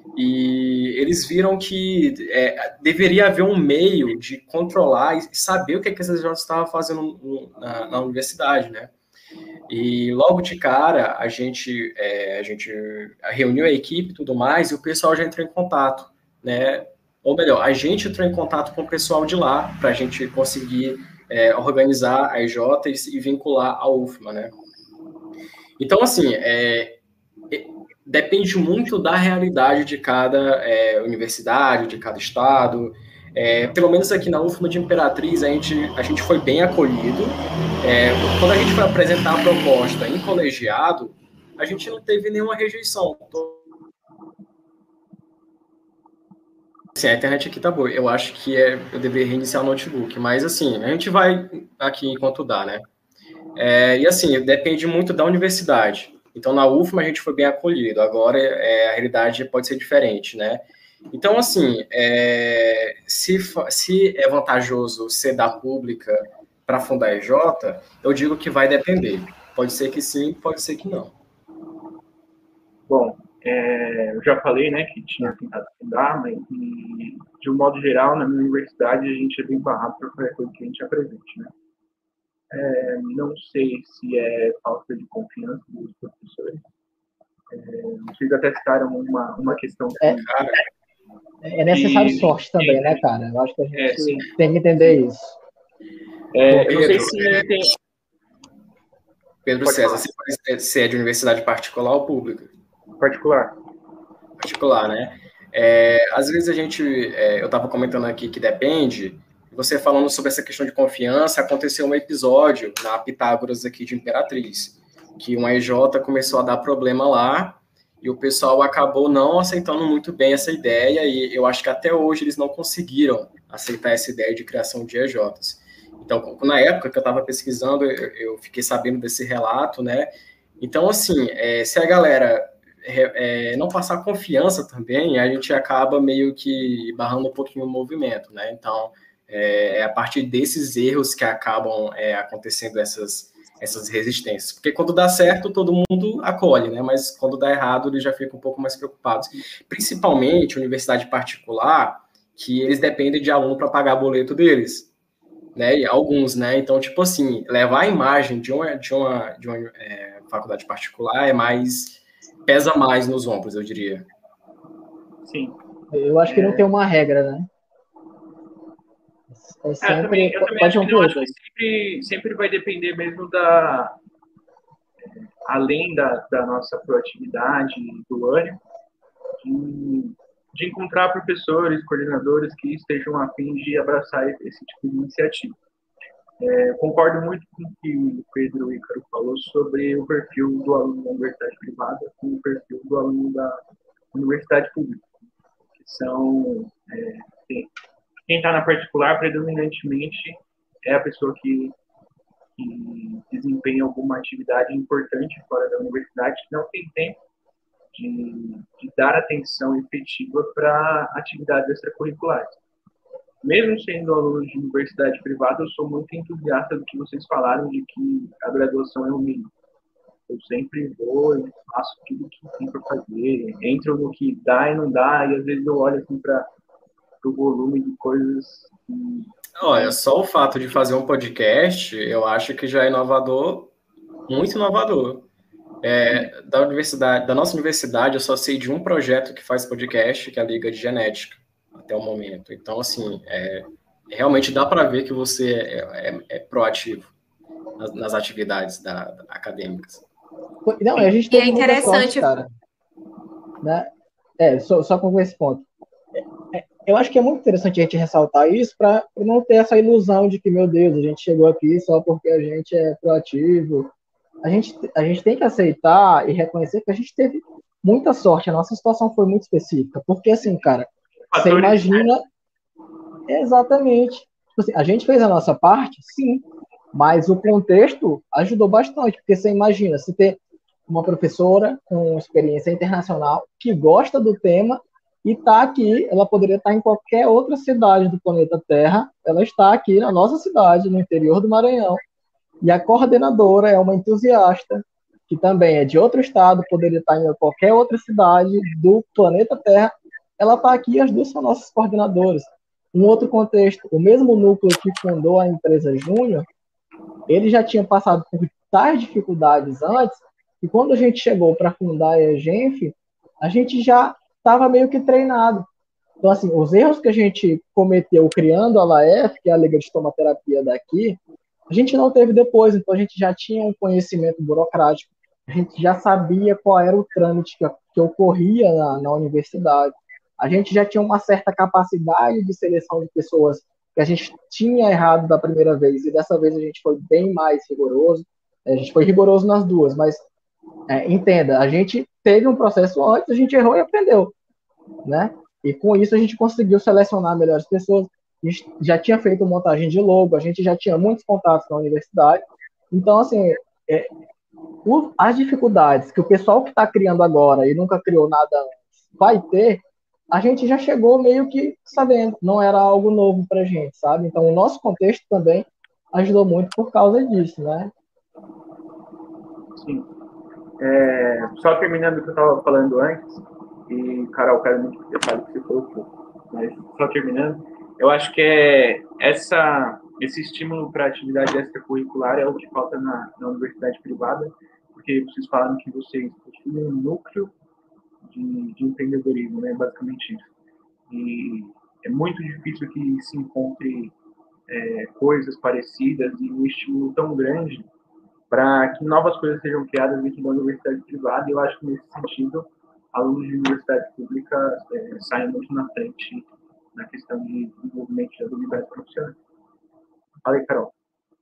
S3: E eles viram que deveria haver um meio de controlar e saber o que essas EJs estavam fazendo na universidade, né? E logo de cara, a gente reuniu a equipe e tudo mais, e o pessoal já entrou em contato, né? Ou melhor, a gente entrou em contato com o pessoal de lá, para a gente conseguir organizar a EJ e vincular a UFMA, né? Então, assim, depende muito da realidade de cada universidade, de cada estado. Pelo menos aqui na UFMA de Imperatriz, a gente foi bem acolhido. Quando a gente foi apresentar a proposta em colegiado, a gente não teve nenhuma rejeição. Assim, a internet aqui tá boa. Eu acho que eu deveria reiniciar o notebook, mas assim, a gente vai aqui enquanto dá, né? E assim, depende muito da universidade. Então, na UFMA a gente foi bem acolhido. Agora, a realidade pode ser diferente, né? Então, assim, se é vantajoso ser da pública para fundar a EJ, eu digo que vai depender. Pode ser que sim, pode ser que não.
S1: Bom, eu já falei, né, que tinha tentado fundar, mas de um modo geral, na minha universidade, a gente é bem barrado para qualquer coisa que a gente apresente, né? Não sei se é falta de confiança dos professores. Vocês até citaram uma questão
S2: É necessário sorte também, né, cara? Eu acho que a gente tem que entender isso.
S1: Eu não sei se tem...
S3: Pedro César, você é de universidade particular ou pública?
S1: Particular.
S3: Particular, né? Às vezes eu estava comentando aqui que depende, você falando sobre essa questão de confiança, aconteceu um episódio na Pitágoras aqui de Imperatriz, que uma EJ começou a dar problema lá, e o pessoal acabou não aceitando muito bem essa ideia, e eu acho que até hoje eles não conseguiram aceitar essa ideia de criação de EJs. Então, na época que eu estava pesquisando, eu fiquei sabendo desse relato, né? Então, assim, se a galera não passar confiança também, a gente acaba meio que barrando um pouquinho o movimento, né? Então, a partir desses erros que acabam acontecendo essas resistências. Porque quando dá certo, todo mundo acolhe, né? Mas quando dá errado, eles já ficam um pouco mais preocupados. Principalmente universidade particular, que eles dependem de aluno para pagar boleto deles. Né, e alguns, né? Então, tipo assim, levar a imagem de uma faculdade particular pesa mais nos ombros, eu diria.
S1: Sim.
S2: Eu acho que não tem uma regra, né?
S1: Eu também acho que não, acho que sempre vai depender mesmo além da nossa proatividade, do ânimo, de encontrar professores, coordenadores que estejam a fim de abraçar esse tipo de iniciativa. Concordo muito com o que o Pedro e o Ícaro falou sobre o perfil do aluno da universidade privada com o perfil do aluno da universidade pública, que são quem está na particular predominantemente é a pessoa que desempenha alguma atividade importante fora da universidade, que não tem tempo de dar atenção efetiva para atividades extracurriculares. Mesmo sendo aluno de universidade privada, eu sou muito entusiasta do que vocês falaram de que a graduação é o mínimo. Eu sempre vou e faço tudo que tem para fazer, entro no que dá e não dá, e às vezes eu olho assim para o volume de coisas.
S3: Olha, só o fato de fazer um podcast, eu acho que já é inovador, muito inovador. Da nossa universidade, eu só sei de um projeto que faz podcast, que é a Liga de Genética, até o momento. Então, assim, realmente dá para ver que você é proativo nas atividades acadêmicas.
S2: Não, a gente tem muita sorte,
S4: interessante,
S2: cara. Né? Só com esse ponto. Eu acho que é muito interessante a gente ressaltar isso para não ter essa ilusão de que, meu Deus, a gente chegou aqui só porque a gente é proativo. A gente tem que aceitar e reconhecer que a gente teve muita sorte. A nossa situação foi muito específica. Porque, assim, cara, você imagina... Exatamente. Tipo assim, a gente fez a nossa parte, sim, mas o contexto ajudou bastante. Porque você imagina, se ter uma professora com experiência internacional que gosta do tema e está aqui, ela poderia estar em qualquer outra cidade do planeta Terra, ela está aqui na nossa cidade, no interior do Maranhão, e a coordenadora é uma entusiasta, que também é de outro estado, poderia estar em qualquer outra cidade do planeta Terra, ela está aqui, as duas são nossas coordenadoras. Um outro contexto, o mesmo núcleo que fundou a empresa Júnior, ele já tinha passado por tais dificuldades antes, e quando a gente chegou para fundar a EGENF, a gente já estava meio que treinado. Então, assim, os erros que a gente cometeu criando a LAEF, que é a Liga de Estomaterapia daqui, a gente não teve depois, então a gente já tinha um conhecimento burocrático, a gente já sabia qual era o trâmite que ocorria na universidade, a gente já tinha uma certa capacidade de seleção de pessoas que a gente tinha errado da primeira vez, e dessa vez a gente foi bem mais rigoroso, a gente foi rigoroso nas duas, mas entenda, a gente teve um processo antes, a gente errou e aprendeu, né? E com isso a gente conseguiu selecionar melhores pessoas. A gente já tinha feito montagem de logo, a gente já tinha muitos contatos na universidade. Então, assim, as dificuldades que o pessoal que está criando agora e nunca criou nada antes vai ter, a gente já chegou meio que sabendo, não era algo novo para a gente, sabe? Então, o nosso contexto também ajudou muito por causa disso, né?
S1: Sim. Só terminando o que eu estava falando antes, e, Carol, quero muito que você fale o que você falou, mas só terminando, eu acho que esse estímulo para a atividade extracurricular é o que falta na universidade privada, porque vocês falaram que vocês possuem um núcleo de empreendedorismo, né? Basicamente isso. E é muito difícil que se encontre coisas parecidas e um estímulo tão grande para que novas coisas sejam criadas dentro da universidade privada. E eu acho que, nesse sentido, alunos de universidade pública saem muito na frente na questão de desenvolvimento de habilidades profissionais. Fala aí, Carol.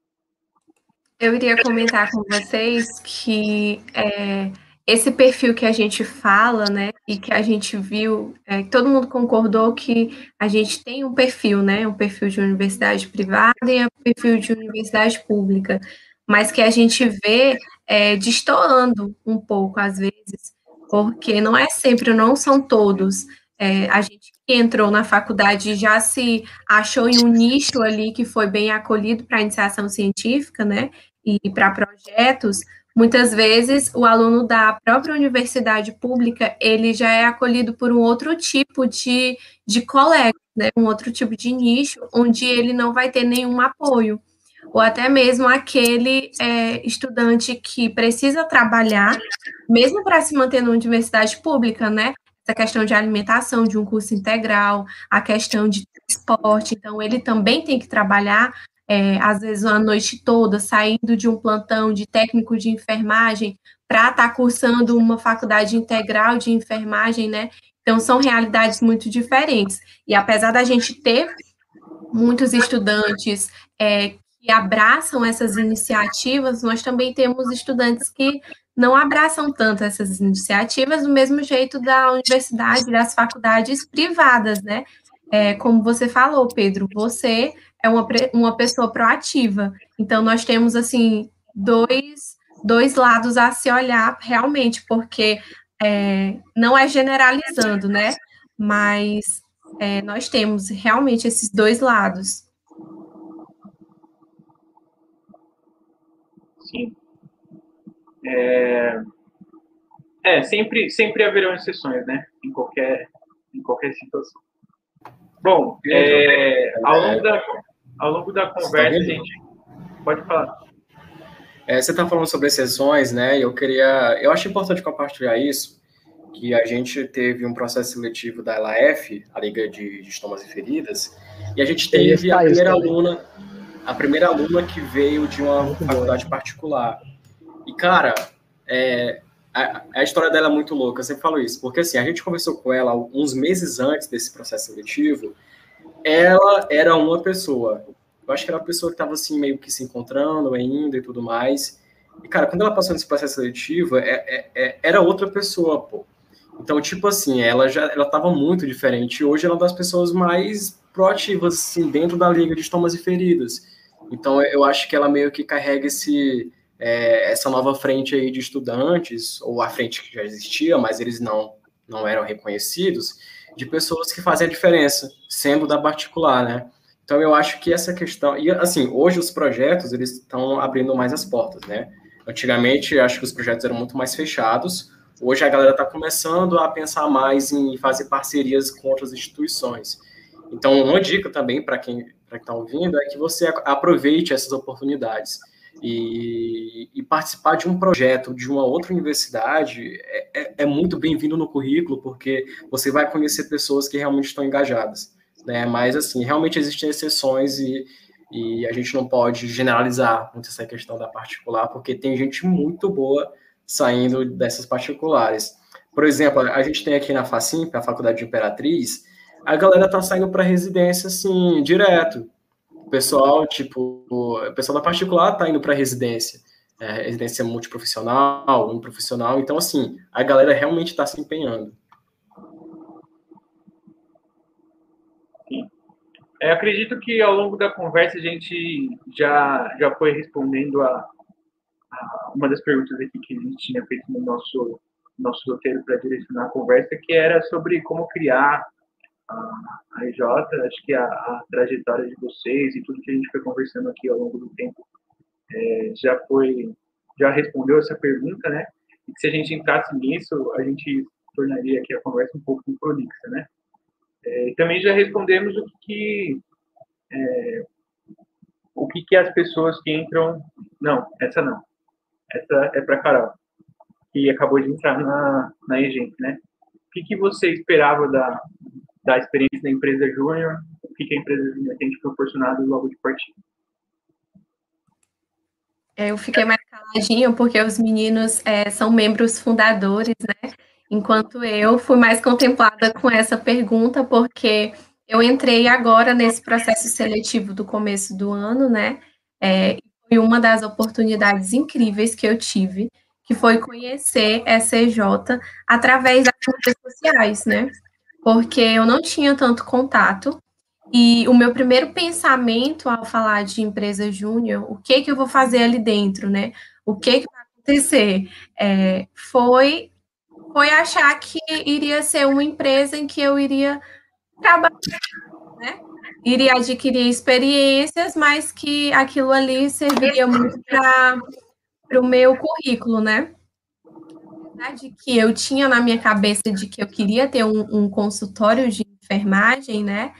S4: Eu iria comentar com vocês que esse perfil que a gente fala, né, e que a gente viu, todo mundo concordou que a gente tem um perfil, né, um perfil de universidade privada e um perfil de universidade pública, mas que a gente vê destoando um pouco às vezes, porque não é sempre, não são todos. A gente que entrou na faculdade já se achou em um nicho ali que foi bem acolhido para a iniciação científica, né, e para projetos, muitas vezes o aluno da própria universidade pública, ele já é acolhido por um outro tipo de colega, né, um outro tipo de nicho, onde ele não vai ter nenhum apoio. Ou até mesmo aquele estudante que precisa trabalhar, mesmo para se manter na universidade pública, né? Essa questão de alimentação, de um curso integral, a questão de transporte, então ele também tem que trabalhar às vezes a noite toda, saindo de um plantão de técnico de enfermagem para estar cursando uma faculdade integral de enfermagem, né? Então, são realidades muito diferentes. E apesar da gente ter muitos estudantes que abraçam essas iniciativas, nós também temos estudantes que não abraçam tanto essas iniciativas, do mesmo jeito da universidade, das faculdades privadas, né? Como você falou, Pedro, você é uma pessoa proativa. Então, nós temos, assim, dois lados a se olhar realmente, porque não é generalizando, né? Mas nós temos realmente esses dois lados.
S1: Sim. Sempre haverão exceções, né? Em qualquer situação. Bom, ao longo da conversa, a gente pode falar.
S3: Você está falando sobre exceções, né? Eu acho importante compartilhar isso, que a gente teve um processo seletivo da LAF, a Liga de Estomas e Feridas, e a gente teve a primeira aluna que veio de uma faculdade particular. E, cara, a história dela é muito louca, eu sempre falo isso, porque assim, a gente conversou com ela uns meses antes desse processo seletivo, ela era uma pessoa. Eu acho que era uma pessoa que estava assim, meio que se encontrando ainda e tudo mais. E, cara, quando ela passou nesse processo seletivo, era outra pessoa, pô. Então, tipo assim, ela estava muito diferente. E hoje ela é uma das pessoas mais proativas, assim, dentro da Liga de Estomas e Feridas. Então, eu acho que ela meio que carrega essa nova frente aí de estudantes, ou a frente que já existia, mas eles não eram reconhecidos, de pessoas que fazem a diferença, sendo da particular, né? Então, eu acho que essa questão... E, assim, hoje os projetos, eles estão abrindo mais as portas, né? Antigamente, acho que os projetos eram muito mais fechados. Hoje, a galera está começando a pensar mais em fazer parcerias com outras instituições. Então, uma dica também para quem está ouvindo é que você aproveite essas oportunidades. E participar de um projeto de uma outra universidade é muito bem-vindo no currículo, porque você vai conhecer pessoas que realmente estão engajadas, né? Mas, assim, realmente existem exceções e a gente não pode generalizar muito essa questão da particular, porque tem gente muito boa saindo dessas particulares. Por exemplo, a gente tem aqui na FACIMP, a Faculdade de Imperatriz, a galera tá saindo para residência, assim, direto. O pessoal da particular tá indo para residência multiprofissional, uniprofissional. Então, assim, a galera realmente está se empenhando.
S1: Acredito que ao longo da conversa a gente já foi respondendo a uma das perguntas aqui que a gente tinha feito no nosso roteiro para direcionar a conversa, que era sobre como criar a EJ. Acho que a trajetória de vocês e tudo que a gente foi conversando aqui ao longo do tempo já respondeu essa pergunta, né? E que se a gente entrasse nisso, a gente tornaria aqui a conversa um pouco prolixa, né? Também já respondemos o que as pessoas que entram... Não, essa não. Essa é para a Carol, que acabou de entrar na EGENC, né? O que você esperava da experiência da empresa Júnior? O que a empresa Júnior tem te proporcionado logo de partida?
S4: Eu fiquei mais caladinha porque os meninos são membros fundadores, né? Enquanto eu fui mais contemplada com essa pergunta, porque eu entrei agora nesse processo seletivo do começo do ano, né? Foi uma das oportunidades incríveis que eu tive, que foi conhecer essa EJ através das redes sociais, né? Porque eu não tinha tanto contato. E o meu primeiro pensamento ao falar de empresa júnior, o que eu vou fazer ali dentro, né? O que vai acontecer? Foi achar que iria ser uma empresa em que eu iria trabalhar, né? Iria adquirir experiências, mas que aquilo ali serviria muito para o meu currículo, né? Apesar de que eu tinha na minha cabeça de que eu queria ter um consultório de enfermagem, né?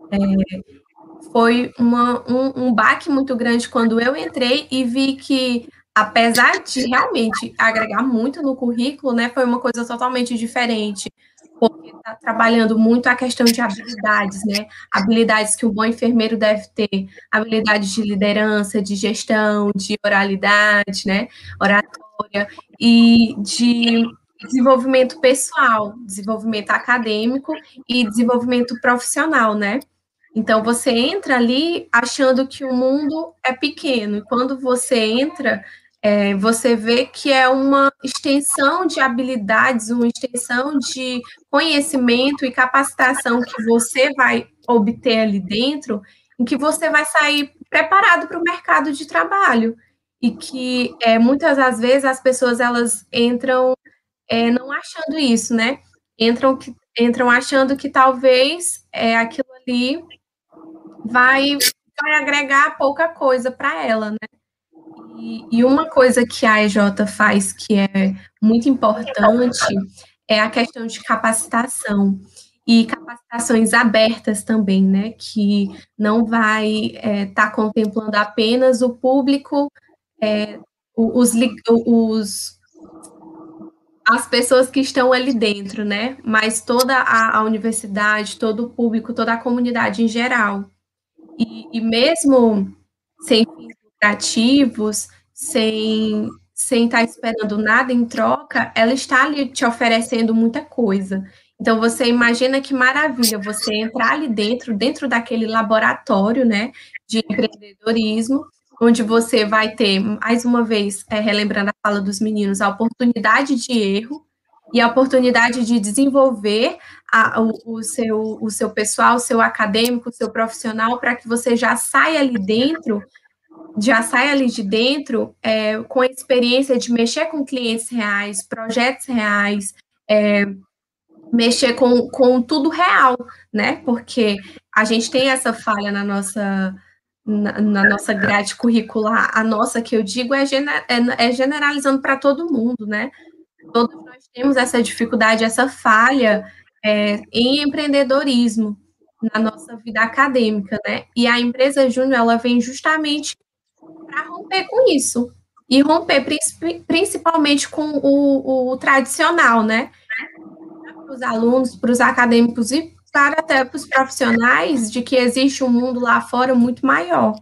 S4: Foi um baque muito grande quando eu entrei e vi que, apesar de realmente agregar muito no currículo, né, foi uma coisa totalmente diferente, porque está trabalhando muito a questão de habilidades, né, habilidades que um bom enfermeiro deve ter, habilidades de liderança, de gestão, de oralidade, né, oratória, e de desenvolvimento pessoal, desenvolvimento acadêmico e desenvolvimento profissional, né. Então, você entra ali achando que o mundo é pequeno, e quando você entra, você vê que é uma extensão de habilidades, uma extensão de conhecimento e capacitação que você vai obter ali dentro, em que você vai sair preparado para o mercado de trabalho. E que, muitas das vezes, as pessoas, elas entram não achando isso, né? Entram achando que talvez aquilo ali vai agregar pouca coisa para ela, né? E uma coisa que a EJ faz que é muito importante é a questão de capacitação e capacitações abertas também, né? Que não vai estar contemplando apenas o público, as pessoas que estão ali dentro, né? Mas toda a universidade, todo o público, toda a comunidade em geral. E mesmo sem fins lucrativos, sem estar esperando nada em troca, ela está ali te oferecendo muita coisa. Então, você imagina que maravilha você entrar ali dentro daquele laboratório, né, de empreendedorismo, onde você vai ter, mais uma vez, relembrando a fala dos meninos, a oportunidade de erro e a oportunidade de desenvolver o seu pessoal, o seu acadêmico, o seu profissional, para que você já saia ali de dentro com a experiência de mexer com clientes reais, projetos reais, mexer com tudo real, né? Porque a gente tem essa falha na nossa grade curricular, a nossa, que eu digo, é generalizando para todo mundo, né? Todos nós temos essa dificuldade, essa falha em empreendedorismo na nossa vida acadêmica, né? E a empresa Júnior, ela vem justamente para romper com isso. E romper principalmente com o tradicional, né? Para os alunos, para os acadêmicos e até para os profissionais, de que existe um mundo lá fora muito maior.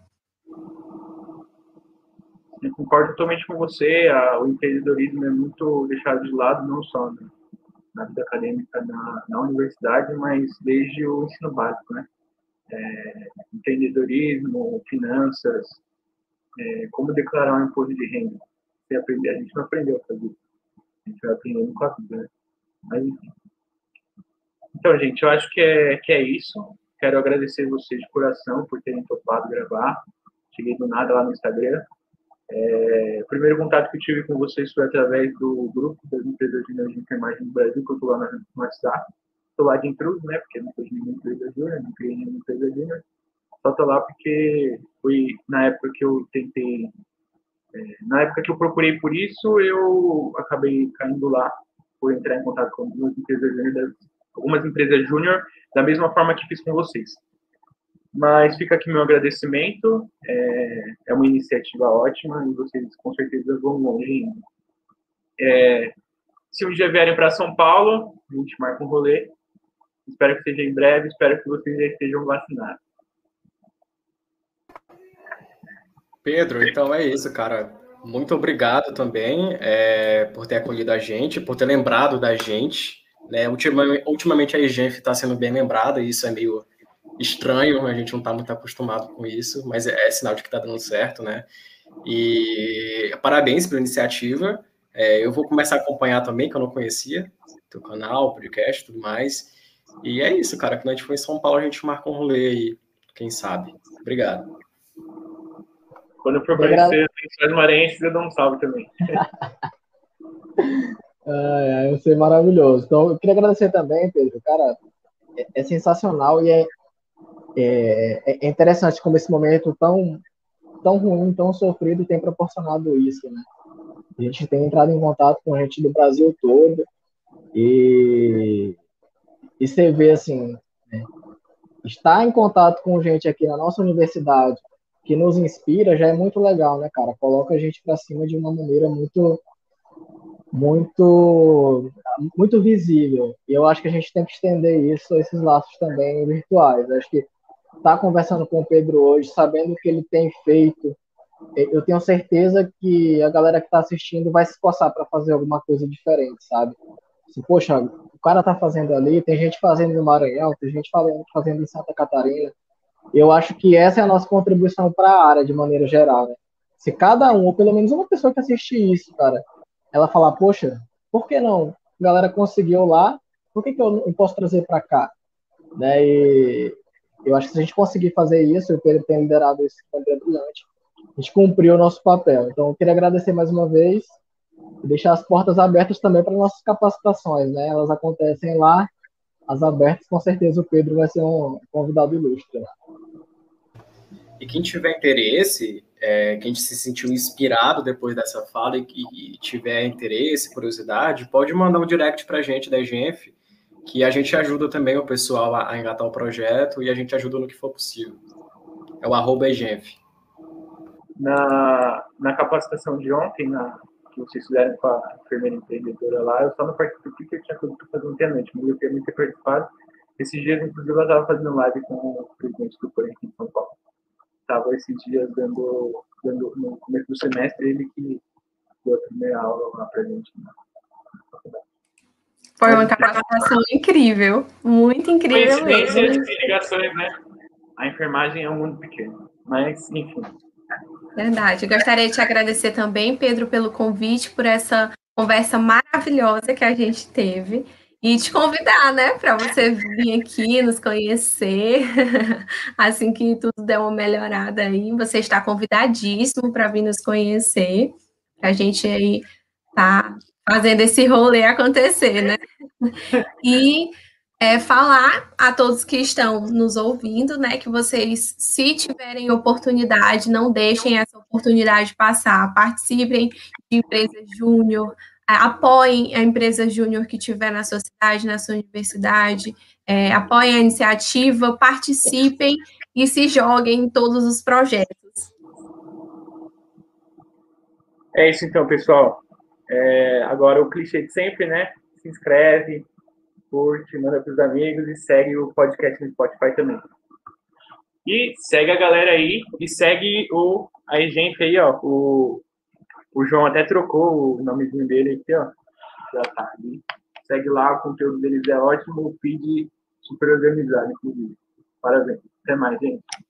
S1: Eu concordo totalmente com você. O empreendedorismo é muito deixado de lado, não só na vida acadêmica, na universidade, mas desde o ensino básico, né? Empreendedorismo, finanças, como declarar um imposto de renda. A gente não aprendeu a fazer. A gente vai aprendendo com a vida, né? Mas, enfim. Então, gente, eu acho que é isso. quero agradecer vocês de coração por terem topado gravar. Cheguei do nada lá no Instagram. O primeiro contato que eu tive com vocês foi através do grupo das empresas de energia e enfermagem do Brasil, que eu estou lá no WhatsApp. Estou lá de intruso, né? Porque não fiz nenhuma empresa júnior, não criei nenhuma empresa júnior. Só estou lá porque foi na época que eu tentei... na época que eu procurei por isso, eu acabei caindo lá por entrar em contato com algumas empresas júnior, da mesma forma que fiz com vocês. Mas fica aqui meu agradecimento, é uma iniciativa ótima e vocês com certeza vão longe ainda. Se um dia vierem para São Paulo, a gente marca um rolê. Espero que seja em breve, espero que vocês já estejam vacinados.
S3: Pedro, então é isso, cara. Muito obrigado também por ter acolhido a gente, por ter lembrado da gente. Né? Ultimamente a EGENF está sendo bem lembrada, e isso é meio estranho, a gente não está muito acostumado com isso, mas é sinal de que está dando certo, né? E parabéns pela iniciativa. Eu vou começar a acompanhar também, que eu não conhecia, teu canal, podcast e tudo mais. E é isso, cara. Quando a gente for em São Paulo, a gente marca um rolê aí, quem sabe. Obrigado.
S1: Quando eu for conhecer os maranhenses, eu dou um salve também.
S2: Você é maravilhoso. Então, eu queria agradecer também, Pedro. Cara, é sensacional e é interessante como esse momento tão ruim, tão sofrido tem proporcionado isso, né? A gente tem entrado em contato com gente do Brasil todo e você vê, assim, né? Estar em contato com gente aqui na nossa universidade que nos inspira já é muito legal, né, cara? Coloca a gente para cima de uma maneira muito visível. E eu acho que a gente tem que estender isso, esses laços também virtuais. Acho que estar conversando com o Pedro hoje, sabendo o que ele tem feito, eu tenho certeza que a galera que está assistindo vai se esforçar para fazer alguma coisa diferente, sabe? Assim, poxa, o cara tá fazendo ali, tem gente fazendo no Maranhão, tem gente fazendo em Santa Catarina. Eu acho que essa é a nossa contribuição para a área, de maneira geral, né? Se cada um, ou pelo menos uma pessoa que assiste isso, cara, ela falar, poxa, por que não? A galera conseguiu lá, por que eu não posso trazer para cá? Né? E eu acho que se a gente conseguir fazer isso, o Pedro tem liderado isso também é brilhante, a gente cumpriu o nosso papel. Então, eu queria agradecer mais uma vez e deixar as portas abertas também para nossas capacitações, né? Elas acontecem lá, as abertas, com certeza o Pedro vai ser um convidado ilustre. Né?
S3: E quem tiver interesse, quem se sentiu inspirado depois dessa fala e tiver interesse, curiosidade, pode mandar um direct para a gente da EGENF, que a gente ajuda também o pessoal a engatar o projeto e a gente ajuda no que for possível. É o @EGENF.
S1: Na capacitação de ontem, que vocês fizeram com a enfermeira empreendedora lá, eu só não participei porque eu tinha coisa para fazer na internet, mas eu queria muito ter participado. Esses dias, inclusive, eu estava fazendo live com o presidente do Corinthians em São Paulo. Estava esses dias dando no começo do semestre, ele que deu a primeira aula lá para a gente na faculdade.
S4: Foi uma capacitação incrível, muito incrível mesmo.
S1: Coincidências e ligações, né? A enfermagem é um mundo pequeno, mas enfim.
S4: Verdade. Eu gostaria de te agradecer também, Pedro, pelo convite, por essa conversa maravilhosa que a gente teve. E te convidar, né, para você vir aqui nos conhecer, assim que tudo der uma melhorada aí. Você está convidadíssimo para vir nos conhecer, para a gente aí tá fazendo esse rolê acontecer, né? E falar a todos que estão nos ouvindo, né, que vocês, se tiverem oportunidade, não deixem essa oportunidade passar, participem de empresas júnior, apoiem a empresa júnior que tiver na sua cidade, na sua universidade, apoiem a iniciativa, participem e se joguem em todos os projetos.
S1: É isso então, pessoal. Agora o clichê de sempre, né? Se inscreve, curte, manda para os amigos e segue o podcast no Spotify também. E segue a galera aí e segue a EGENF aí, ó. O João até trocou o nomezinho dele aqui, ó. Já tá ali. Segue lá, o conteúdo deles é ótimo. O feed super organizado, inclusive. Parabéns. Até mais, gente.